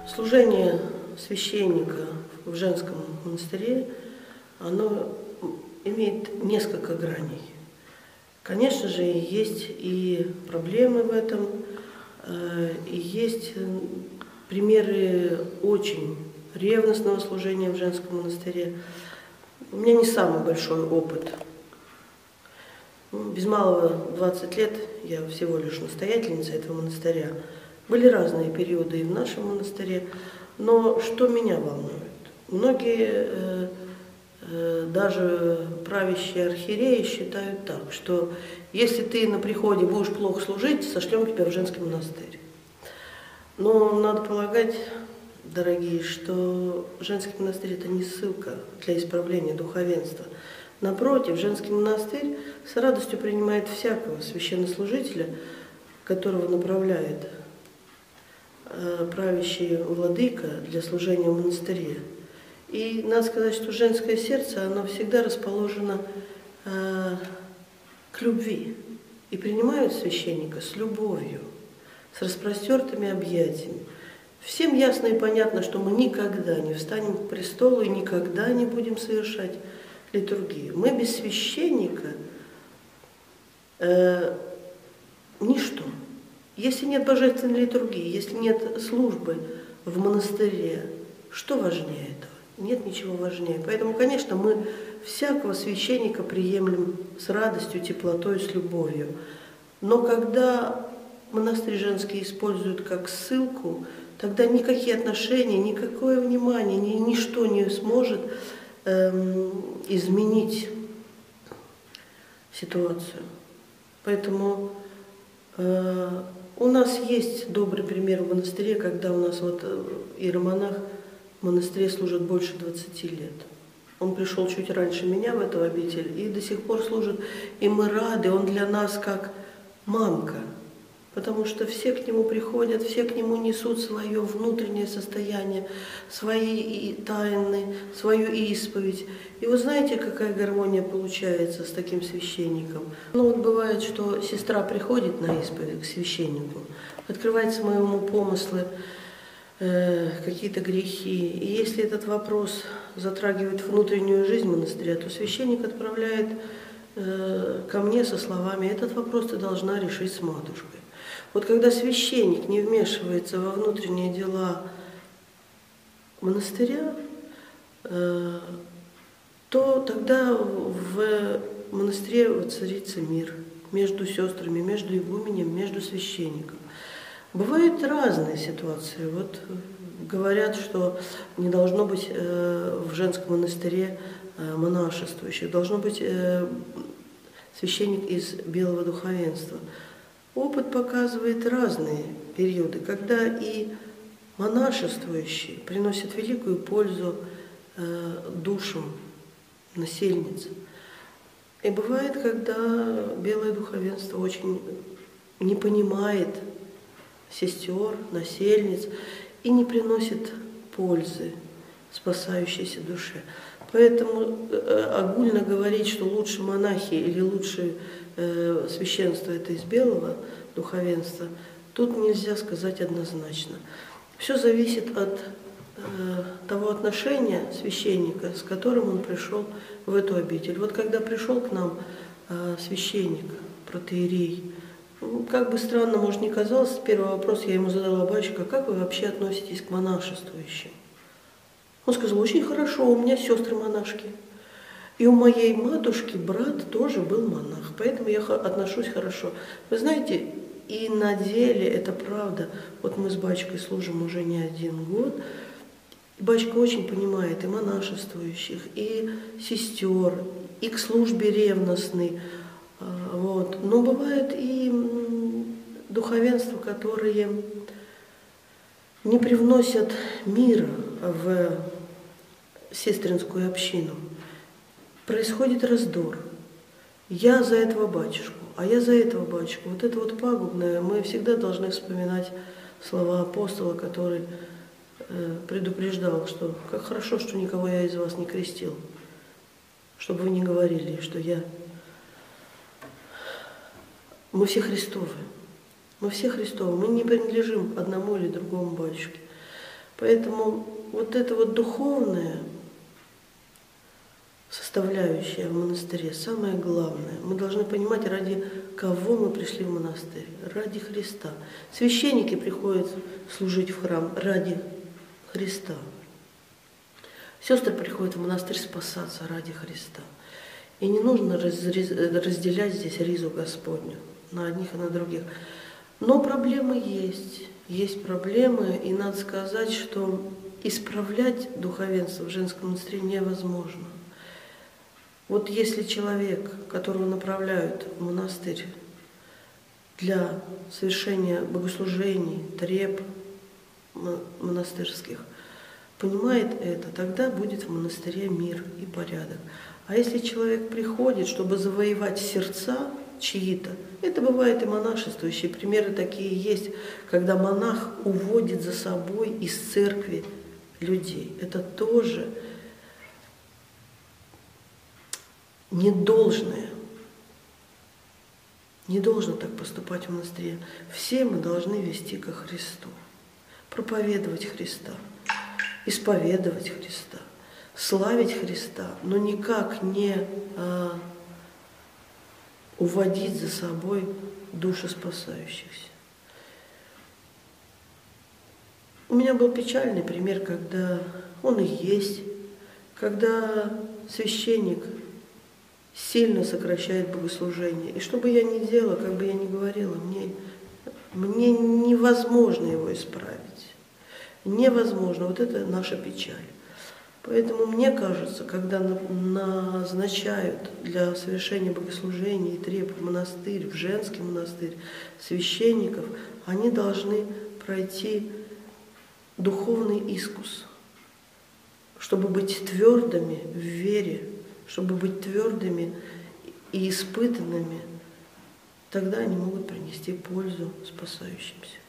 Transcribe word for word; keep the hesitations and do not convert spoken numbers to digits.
Служение священника в женском монастыре, оно имеет несколько граней. Конечно же, есть и проблемы в этом, и есть примеры очень ревностного служения в женском монастыре. У меня не самый большой опыт. Без малого двадцать лет я всего лишь настоятельница этого монастыря. Были разные периоды и в нашем монастыре, но что меня волнует? Многие, э, э, даже правящие архиереи считают так, что если ты на приходе будешь плохо служить, сошлем тебя в женский монастырь. Но надо полагать, дорогие, что женский монастырь – это не ссылка для исправления духовенства. Напротив, женский монастырь с радостью принимает всякого священнослужителя, которого направляет правящий владыка для служения в монастыре. И надо сказать, что женское сердце, оно всегда расположено э, к любви. И принимают священника с любовью, с распростертыми объятиями. Всем ясно и понятно, что мы никогда не встанем к престолу и никогда не будем совершать литургию. Мы без священника э, ничто. Если нет божественной литургии, если нет службы в монастыре, что важнее этого? Нет ничего важнее. Поэтому, конечно, мы всякого священника приемлем с радостью, теплотой, с любовью. Но когда монастырь женский используют как ссылку, тогда никакие отношения, никакое внимание, ни, ничто не сможет эм, изменить ситуацию. Поэтому э, у нас есть добрый пример в монастыре, когда у нас вот иеромонах в монастыре служит больше двадцати лет. Он пришел чуть раньше меня в эту обитель и до сих пор служит, и мы рады, он для нас как мамка, потому что все к нему приходят, все к нему несут свое внутреннее состояние, свои тайны, свою исповедь. И вы знаете, какая гармония получается с таким священником? Ну вот бывает, что сестра приходит на исповедь к священнику, открывает своему помыслы, э, какие-то грехи. И если этот вопрос затрагивает внутреннюю жизнь монастыря, то священник отправляет э, ко мне со словами: этот вопрос ты должна решить с матушкой. Вот когда священник не вмешивается во внутренние дела монастыря, э, то тогда в монастыре воцарится мир между сестрами, между игуменем, между священником. Бывают разные ситуации. Вот говорят, что не должно быть э, в женском монастыре э, монашествующих, должно быть э, священник из белого духовенства. Опыт показывает разные периоды, когда и монашествующие приносят великую пользу э, душам насельниц. И бывает, когда белое духовенство очень не понимает сестер, насельниц и не приносит пользы спасающейся душе. Поэтому э, огульно говорить, что лучше монахи или лучше э, священство это из белого духовенства, тут нельзя сказать однозначно. Все зависит от э, того отношения священника, с которым он пришел в эту обитель. Вот когда пришел к нам э, священник, протоиерей, ну, как бы странно, может, не казалось, первый вопрос я ему задала: батюшка, как вы вообще относитесь к монашествующим? Он сказал: очень хорошо, у меня сестры монашки. И у моей матушки брат тоже был монах, поэтому я отношусь хорошо. Вы знаете, и на деле это правда. Вот мы с батюшкой служим уже не один год. И батюшка очень понимает и монашествующих, и сестер, и к службе ревностный. Вот. Но бывает и духовенство, которые не привносят мира в сестринскую общину. Происходит раздор. Я за этого батюшку, а я за этого батюшку. Вот это вот пагубное. Мы всегда должны вспоминать слова апостола, который э, предупреждал, что как хорошо, что никого я из вас не крестил, чтобы вы не говорили, что я... Мы все Христовы. Мы все Христовы. Мы не принадлежим одному или другому батюшке. Поэтому вот это вот духовное составляющая в монастыре, самое главное. Мы должны понимать, ради кого мы пришли в монастырь. Ради Христа. Священники приходят служить в храм ради Христа. Сестры приходят в монастырь спасаться ради Христа. И не нужно разделять здесь ризу Господню на одних и на других. Но проблемы есть. Есть проблемы, и надо сказать, что исправлять духовенство в женском монастыре невозможно. Вот если человек, которого направляют в монастырь для совершения богослужений, треб монастырских, понимает это, тогда будет в монастыре мир и порядок. А если человек приходит, чтобы завоевать сердца чьи-то, это бывает и монашествующие, примеры такие есть, когда монах уводит за собой из церкви людей. Это тоже не должное. Не должно так поступать в монастыре. Все мы должны вести ко Христу, проповедовать Христа, исповедовать Христа, славить Христа, но никак не а, уводить за собой души спасающихся. У меня был печальный пример, когда он и есть, когда священник сильно сокращает богослужение. И что бы я ни делала, как бы я ни говорила, мне, мне невозможно его исправить. Невозможно. Вот это наша печаль. Поэтому мне кажется, когда назначают для совершения богослужений и треб в монастырь, в женский монастырь, священников, они должны пройти духовный искус, чтобы быть твердыми в вере, чтобы быть твердыми и испытанными, тогда они могут принести пользу спасающимся.